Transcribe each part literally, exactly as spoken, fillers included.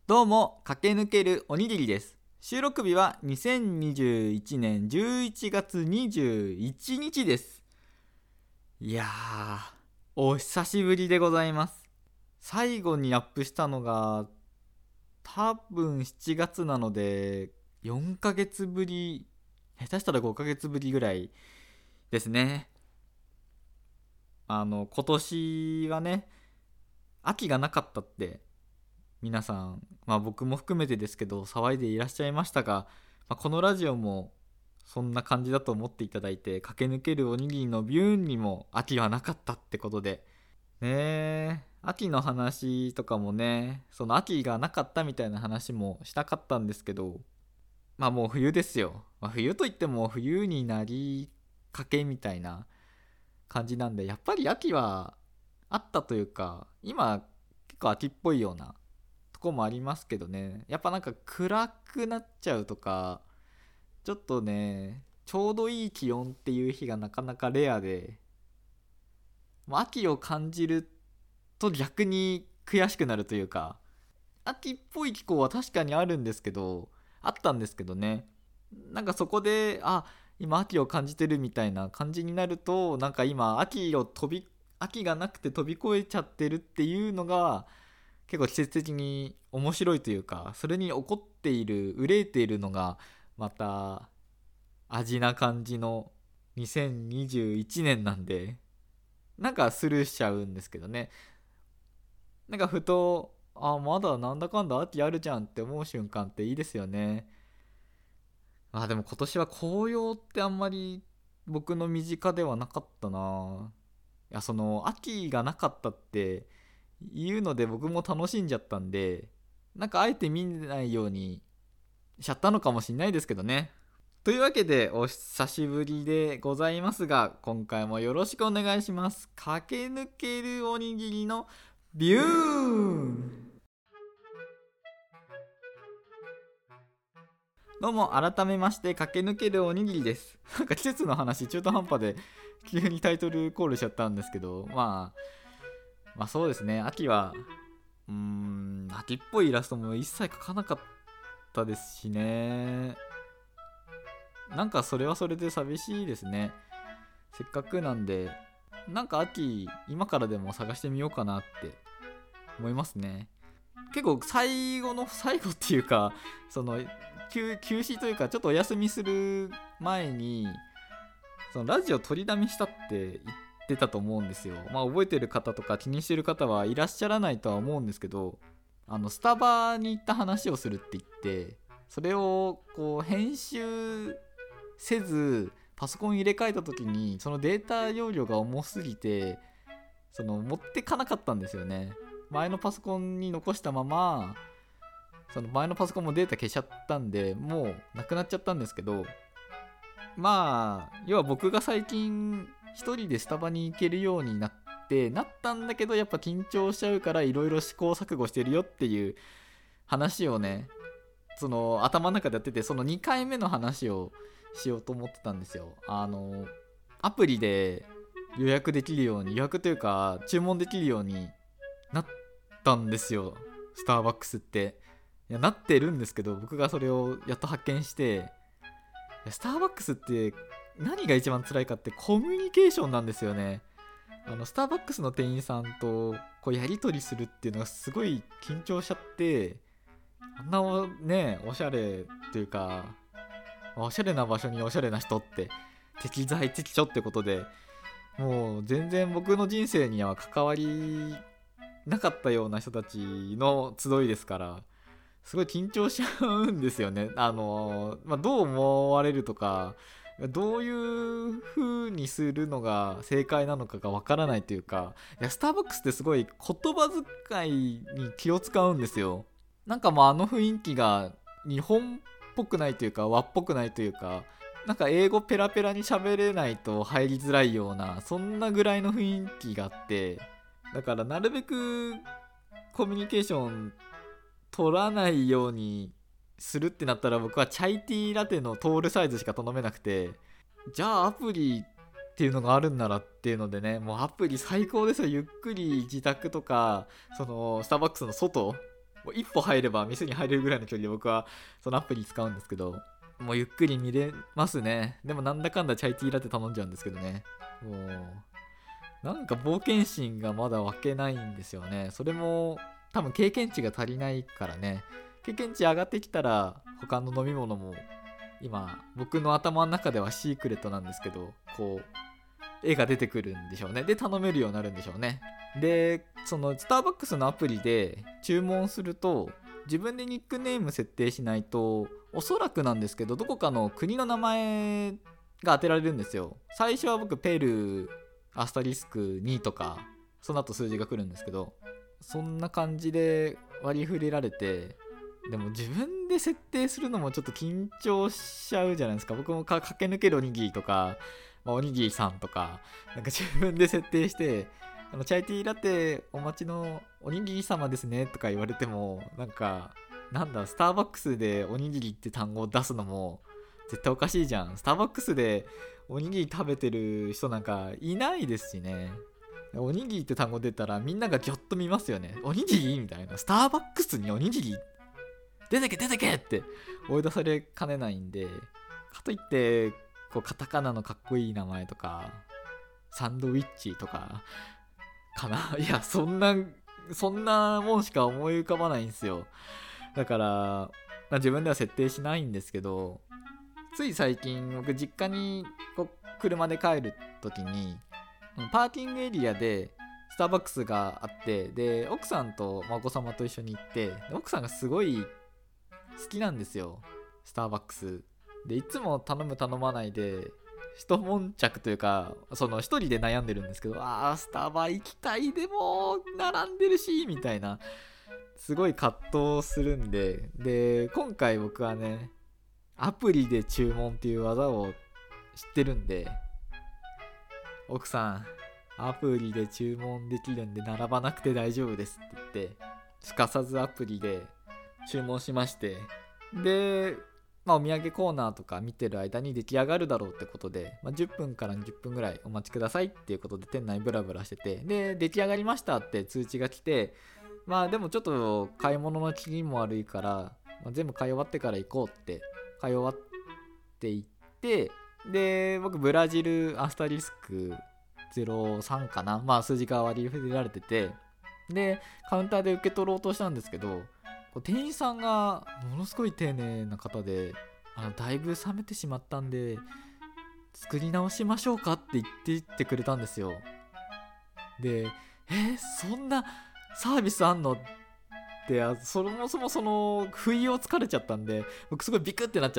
どうも、駆け抜けるおにぎりです。収録日はにせんにじゅういちねんじゅういちがつにじゅういちにちです。いやー、お久しぶりでございます。最後にアップしたのが多分しちがつなのでよんかげつぶり、下手したらごかげつぶりぐらいですね。あの、今年はね、秋がなかったって皆さん、まあ僕も含めてですけど騒いでいらっしゃいましたが、まあ、このラジオもそんな感じだと思っていただいて、駆け抜けるおにぎりのビューンにも秋はなかったってことでねえ、秋の話とかもね、その秋がなかったみたいな話もしたかったんですけど、まあもう冬ですよ。まあ、冬といっても冬になりかけみたいな感じなんで、やっぱり秋はあったというか、今結構秋っぽいようなとこもありますけどね。やっぱなんか暗くなっちゃうとか、ちょっとね、ちょうどいい気温っていう日がなかなかレアで、もう秋を感じると逆に悔しくなるというか、秋っぽい気候は確かにあるんですけど、あったんですけどね、なんかそこで、あ、今秋を感じてるみたいな感じになると、なんか今秋を飛び秋がなくて飛び越えちゃってるっていうのが結構季節的に面白いというか、それに怒っている憂えているのがまた味な感じのにせんにじゅういちねんなんで、なんかスルーしちゃうんですけどね。なんかふと、あ、まだなんだかんだ秋あるじゃんって思う瞬間っていいですよね。あ、でも今年は紅葉ってあんまり僕の身近ではなかったな。いや、その秋がなかったっていうので僕も楽しんじゃったんで、なんかあえて見ないようにしちゃったのかもしんないですけどね。というわけでお久しぶりでございますが、今回もよろしくお願いします。駆け抜けるおにぎりのビューン。どうも改めまして、駆け抜けるおにぎりです。なんか季節の話中途半端で急にタイトルコールしちゃったんですけど、まあまあそうですね、秋はうーん秋っぽいイラストも一切描かなかったですしね。なんかそれはそれで寂しいですね。せっかくなんで、なんか秋今からでも探してみようかなって思いますね。結構最後の最後っていうか、その休休止というかちょっとお休みする前に、そのラジオ取りだめしたって言ってたと思うんですよ。まあ覚えてる方とか気にしてる方はいらっしゃらないとは思うんですけど、あのスタバに行った話をするって言って、それをこう編集せずパソコン入れ替えた時に、そのデータ容量が重すぎてその持ってかなかったんですよね。前のパソコンに残したまま、その前のパソコンもデータ消しちゃったんでもうなくなっちゃったんですけど、まあ要は僕が最近一人でスタバに行けるようになってなったんだけど、やっぱ緊張しちゃうからいろいろ試行錯誤してるよっていう話をね、その頭の中でやってて、そのにかいめの話をしようと思ってたんですよ。あのアプリで予約できるように、予約というか注文できるようになったんですよ、スターバックスって。いや、なってるんですけど、僕がそれをやっと発見して、スターバックスって何が一番辛いかってコミュニケーションなんですよね。あのスターバックスの店員さんとこうやり取りするっていうのがすごい緊張しちゃって、あんなね、おしゃれというか、おしゃれな場所におしゃれな人って適材適所ってことで、もう全然僕の人生には関わりなかったような人たちの集いですから、すごい緊張しちゃうんですよね。あの、まあ、どう思われるとか、どういう風にするのが正解なのかがわからないというか、いやスターバックスってすごい言葉遣いに気を使うんですよ。なんかもうあの雰囲気が日本っぽくないというか和っぽくないというか、なんか英語ペラペラに喋れないと入りづらいような、そんなぐらいの雰囲気があって、だからなるべくコミュニケーション取らないようにするってなったら、僕はチャイティーラテのトールサイズしか頼めなくて、じゃあアプリっていうのがあるんならっていうのでね、もうアプリ最高ですよ。ゆっくり自宅とかそのスターバックスの外もう一歩入れば店に入れるぐらいの距離で僕はそのアプリ使うんですけど、もうゆっくり見れますね。でもなんだかんだチャイティーラテ頼んじゃうんですけどね。もうなんか冒険心がまだ湧けないんですよね。それも多分経験値が足りないからね。経験値上がってきたら他の飲み物も今僕の頭の中ではシークレットなんですけど、こう絵が出てくるんでしょうね。で頼めるようになるんでしょうね。でそのスターバックスのアプリで注文すると自分でニックネーム設定しないと、おそらくなんですけどどこかの国の名前が当てられるんですよ。最初は僕ペルーアスタリスクにとかその後数字が来るんですけど、そんな感じで割り振れられて、でも自分で設定するのもちょっと緊張しちゃうじゃないですか。僕もか駆け抜けるおにぎりとか、まあ、おにぎりさんとかなんか自分で設定して、あのチャイティーラテお待ちのおにぎり様ですねとか言われても、なんかなんだスターバックスでおにぎりって単語を出すのも絶対おかしいじゃん。スターバックスでおにぎり食べてる人なんかいないですしね。おにぎりって単語出たらみんながギョッと見ますよね。おにぎりみたいな、スターバックスにおにぎり出てけ出てけって追い出されかねないんで、かといってこうカタカナのかっこいい名前とかサンドウィッチとかかな、いやそんなそんなもんしか思い浮かばないんですよ。だから、まあ、自分では設定しないんですけど、つい最近僕実家にこう車で帰る時にパーキングエリアでスターバックスがあって、で奥さんとお子様と一緒に行って、奥さんがすごい好きなんですよスターバックスで。いつも頼む頼まないで一悶着というか、その一人で悩んでるんですけど、あースタバ行きたい、でも並んでるしみたいな、すごい葛藤するんで、で今回僕はねアプリで注文っていう技を知ってるんで、奥さんアプリで注文できるんで並ばなくて大丈夫ですって言って、すかさずアプリで注文しまして、でまあ、お土産コーナーとか見てる間に出来上がるだろうってことで、まあ、じゅっぷんからにじゅっぷんぐらいお待ちくださいっていうことで店内ブラブラしてて、で出来上がりましたって通知が来て、まあでもちょっと買い物の気にも悪いから、まあ、全部買い終わってから行こうって買い終わって行って、で僕ブラジルアスタリスクゼロさんかな、まあ数字が割り振られてて、でカウンターで受け取ろうとしたんですけど、店員さんがものすごい丁寧な方で、あのだいぶ冷めてしまったんで作り直しましょうかって言っていってくれたんですよ。でえー、そんなサービスあんのって、そもそもその不意をつかれちゃったんで、僕すごいビクってなっちゃって、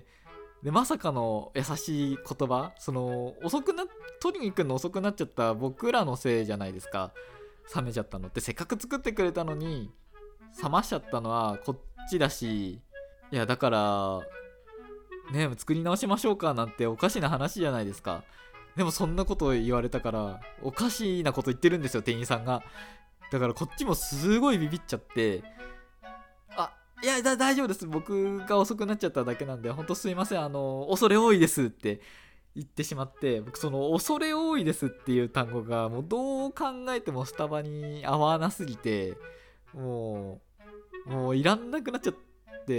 でまさかの優しい言葉、その遅くな取りに行くの遅くなっちゃった僕らのせいじゃないですか。冷めちゃったのって、せっかく作ってくれたのに冷ましちゃったのはこっちだし、いやだからね作り直しましょうかなんておかしな話じゃないですか。でもそんなことを言われたからおかしなこと言ってるんですよ店員さんが。だからこっちもすごいビビっちゃって、あいやだ大丈夫です、僕が遅くなっちゃっただけなんで本当すいません、あの恐れ多いですって言ってしまって、僕その恐れ多いですっていう単語がもうどう考えてもスタバに合わなすぎて、もうもういらんなくなっちゃって、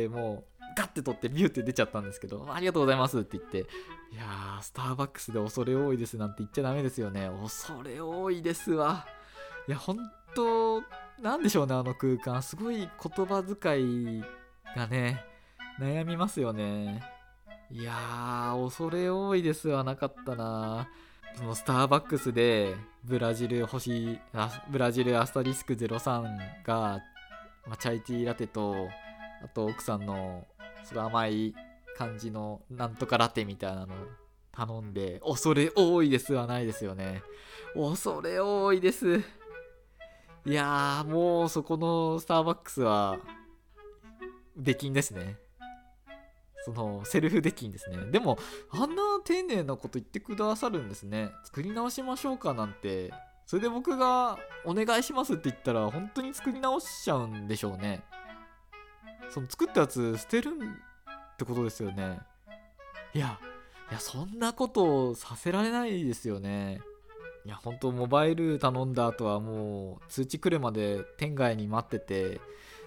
もうガッて取ってビューって出ちゃったんですけど、ありがとうございますって言って、いやースターバックスで恐れ多いですなんて言っちゃダメですよね。恐れ多いですわ。いや本当なんでしょうね、あの空間すごい言葉遣いがね悩みますよね。いやー恐れ多いですはなかったな。そのスターバックスでブラジル星あブラジルアスタリスクゼロさんが、まあ、チャイティーラテと、あと奥さんのすごい甘い感じのなんとかラテみたいなの頼んで、恐れ多いですはないですよね。恐れ多いです。いやーもうそこのスターバックスは出禁ですね。そのセルフ出禁ですね。でもあんな丁寧なこと言ってくださるんですね。作り直しましょうかなんて、それで僕がお願いしますって言ったら本当に作り直しちゃうんでしょうね。その作ったやつ捨てるってことですよね。いやいやそんなことをさせられないですよね。いや本当モバイル頼んだ後はもう通知来るまで店外に待ってて、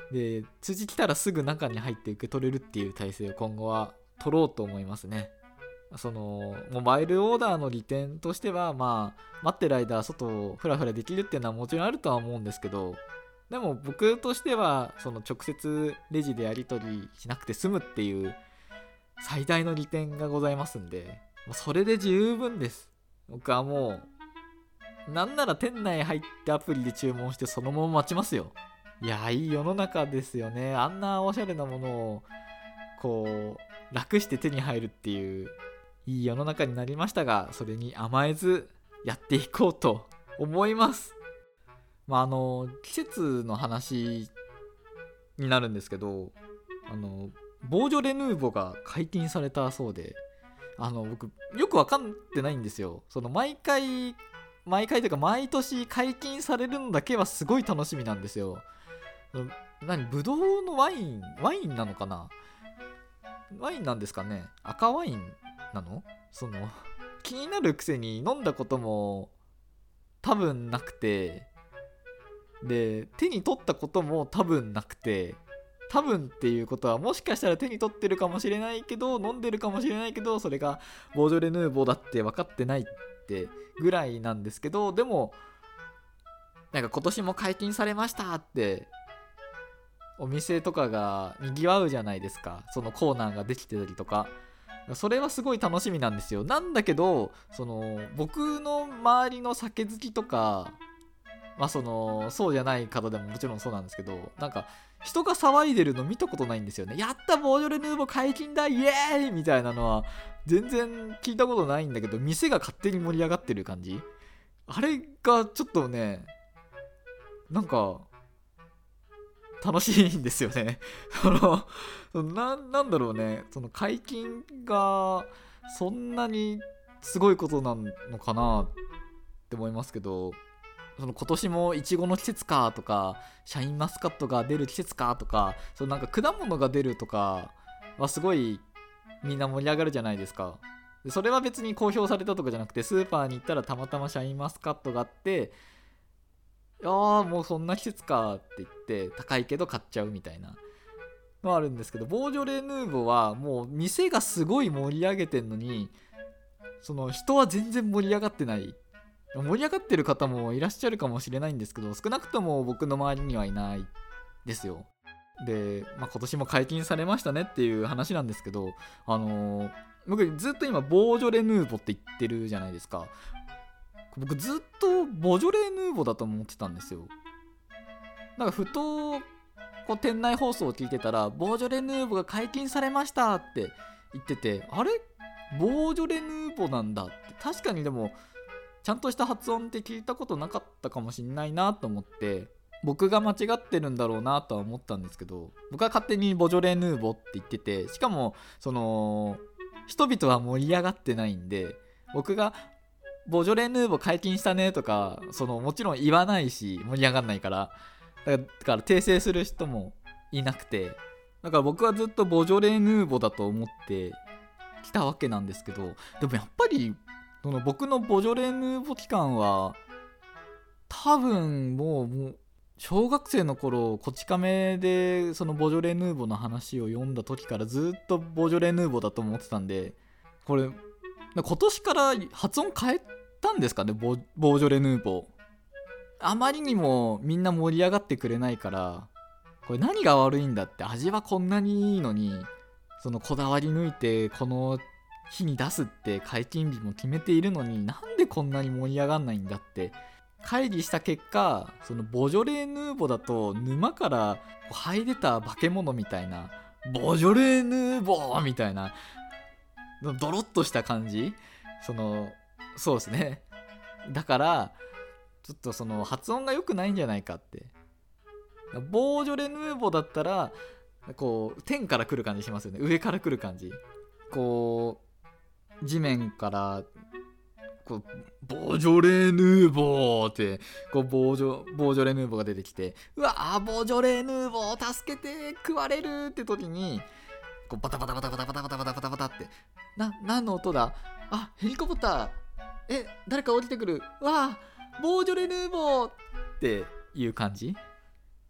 で通知来たらすぐ中に入って受け取れるっていう体制を今後は取ろうと思いますね。そのモバイルオーダーの利点としては、まあ待ってる間外をフラフラできるっていうのはもちろんあるとは思うんですけど、でも僕としてはその直接レジでやり取りしなくて済むっていう最大の利点がございますんで、もうそれで十分です。僕はもうなんなら店内入ってアプリで注文してそのまま待ちますよ。いやいい世の中ですよね。あんなおしゃれなものをこう楽して手に入るっていういい世の中になりましたが、それに甘えずやっていこうと思います。まああの季節の話になるんですけど、あのボージョレ・ヌーボーが解禁されたそうで、あの僕よく分かってないんですよ。その毎回毎回というか毎年解禁されるのだけはすごい楽しみなんですよ。何ブドウのワインワインなのかな、ワインなんですかね、赤ワインなの、その気になるくせに飲んだことも多分なくて、で手に取ったことも多分なくて、多分っていうことはもしかしたら手に取ってるかもしれないけど飲んでるかもしれないけど、それがボージョレ・ヌーボーだって分かってないってぐらいなんですけど、でもなんか今年も解禁されましたってお店とかがにぎわうじゃないですか。そのコーナーができてたりとか、それはすごい楽しみなんですよ。なんだけどその僕の周りの酒好きとか、まあそのそうじゃない方でももちろんそうなんですけど、なんか人が騒いでるの見たことないんですよね。やったボージョレ・ヌーボー解禁だイエーイみたいなのは全然聞いたことないんだけど、店が勝手に盛り上がってる感じ、あれがちょっとねなんか楽しいんですよね。そのな、なんだろうね、その解禁がそんなにすごいことなのかなって思いますけど、その今年もイチゴの季節かとか、シャインマスカットが出る季節かとか、そのなんか果物が出るとかはすごいみんな盛り上がるじゃないですか。でそれは別に公表されたとかじゃなくて、スーパーに行ったらたまたまシャインマスカットがあって、ああもうそんな季節かって言って高いけど買っちゃうみたいなのはあるんですけど、ボージョレ・ヌーボーはもう店がすごい盛り上げてんのに、その人は全然盛り上がってない。盛り上がってる方もいらっしゃるかもしれないんですけど、少なくとも僕の周りにはいないですよ。で、まあ、今年も解禁されましたねっていう話なんですけど、あのー、僕ずっと今ボージョレ・ヌーボーって言ってるじゃないですか。僕ずっとボジョレ・ヌーボーだと思ってたんですよ。なんかふとこう店内放送を聞いてたら、ボージョレ・ヌーボーが解禁されましたって言ってて、あれボージョレ・ヌーボーなんだって。確かにでもちゃんとした発音って聞いたことなかったかもしんないなと思って、僕が間違ってるんだろうなとは思ったんですけど、僕は勝手にボジョレ・ヌーボーって言ってて、しかもその人々は盛り上がってないんで、僕がボジョレ・ヌーボー解禁したねとかそのもちろん言わないし、盛り上がんないから、だから訂正する人もいなくて、だから僕はずっとボジョレ・ヌーボーだと思ってきたわけなんですけど、でもやっぱりその僕のボジョレ・ヌーボー期間は多分もう、もう小学生の頃こち亀でそのボジョレ・ヌーボーの話を読んだ時からずっとボジョレ・ヌーボーだと思ってたんで、これ今年から発音変えたんですかね、 ボ, ボージョレ・ヌーボー。あまりにもみんな盛り上がってくれないから、これ何が悪いんだって、味はこんなにいいのにそのこだわり抜いてこの日に出すって解禁日も決めているのに、なんでこんなに盛り上がんないんだって会議した結果、そのボジョレ・ヌーボーだと沼から這い出た化け物みたいな、ボジョレ・ヌーボーみたいなドロッとした感じ、そのそうですね、だからちょっとその発音が良くないんじゃないかって。ボージョレ・ヌーボーだったらこう天から来る感じしますよね、上から来る感じ、こう地面からこうボージョレ・ヌーボーってこうボージョボージョレ・ヌーボーが出てきて、うわーボージョレ・ヌーボー助けて食われるって時に、こうバタバタバタバタバタバタバタバタバタって、な何の音だ、あヘリコプター、え誰か降りてくる、わーボージョレ・ヌーボーっていう感じ。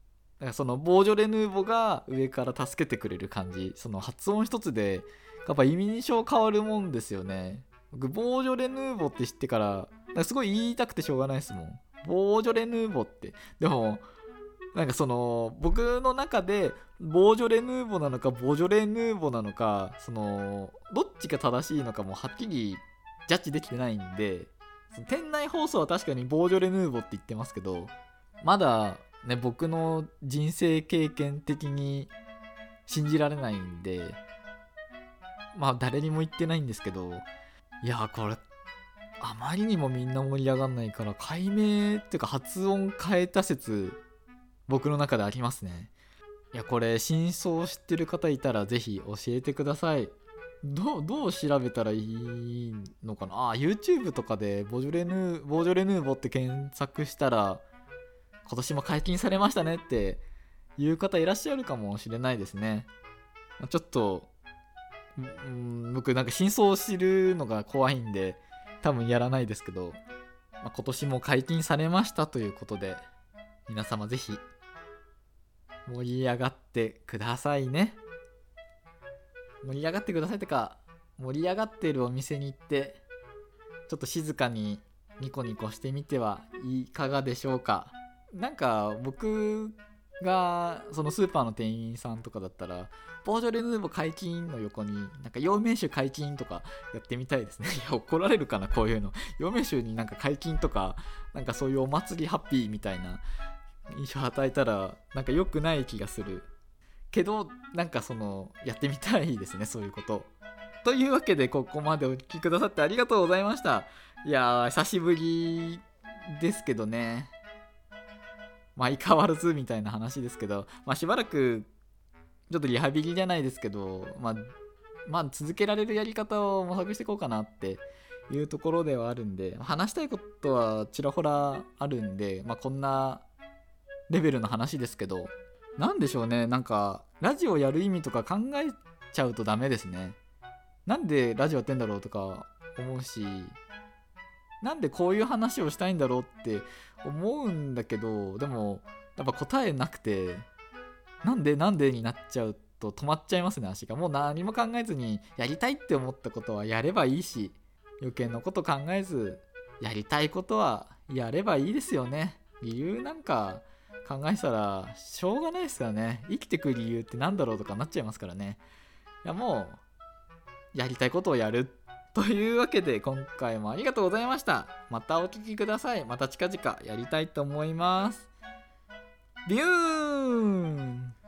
からそのボージョレ・ヌーボが上から助けてくれる感じ、その発音一つでやっぱ印象変わるもんですよね。僕ボージョレ・ヌーボって知ってからなんかすごい言いたくてしょうがないですもん、ボージョレ・ヌーボって。でもなんかその僕の中でボージョレ・ヌーボなのかボージョレ・ヌーボなのか、そのどっちが正しいのかもはっきりジャッジできてないんで、その店内放送は確かにボージョレ・ヌーボって言ってますけど、まだね僕の人生経験的に信じられないんで、まあ誰にも言ってないんですけど、いやこれあまりにもみんな盛り上がんないから解明っていうか発音変えた説僕の中でありますね。いやこれ真相知ってる方いたらぜひ教えてください。どうどう調べたらいいのかなあ。 YouTube とかでボジョレヌーボージョレ・ヌーボって検索したら今年も解禁されましたねっていう方いらっしゃるかもしれないですね。ちょっとん僕なんか真相を知るのが怖いんで多分やらないですけど、まあ、今年も解禁されましたということで皆様ぜひ盛り上がってくださいね。盛り上がってくださいってか、盛り上がっているお店に行ってちょっと静かにニコニコしてみてはいかがでしょうか。なんか僕がそのスーパーの店員さんとかだったらボージョレ・ヌーボ解禁の横になんか陽明酒解禁とかやってみたいですね。いや怒られるかなこういうの。陽明酒になんか解禁とかなんかそういうお祭りハッピーみたいな印象を与えたらなんか良くない気がするけど、なんかそのやってみたいですねそういうこと。というわけでここまでお聞きくださってありがとうございました。いやー久しぶりですけどね、まあ相変わらずみたいな話ですけど、まあしばらくちょっとリハビリじゃないですけど、まあ、まあ続けられるやり方を模索していこうかなっていうところではあるんで、話したいことはちらほらあるんで、まあこんなレベルの話ですけど、なんでしょうね、なんかラジオやる意味とか考えちゃうとダメですね。なんでラジオやってんだろうとか思うし、なんでこういう話をしたいんだろうって思うんだけど、でもやっぱ答えなくて、なんでなんでになっちゃうと止まっちゃいますね足が。もう何も考えずにやりたいって思ったことはやればいいし、余計なこと考えずやりたいことはやればいいですよね。理由なんか考えたらしょうがないですからね。生きてく理由ってなんだろうとかなっちゃいますからね。いやもうやりたいことをやるというわけで今回もありがとうございました。またお聞きください。また近々やりたいと思います。ビューン。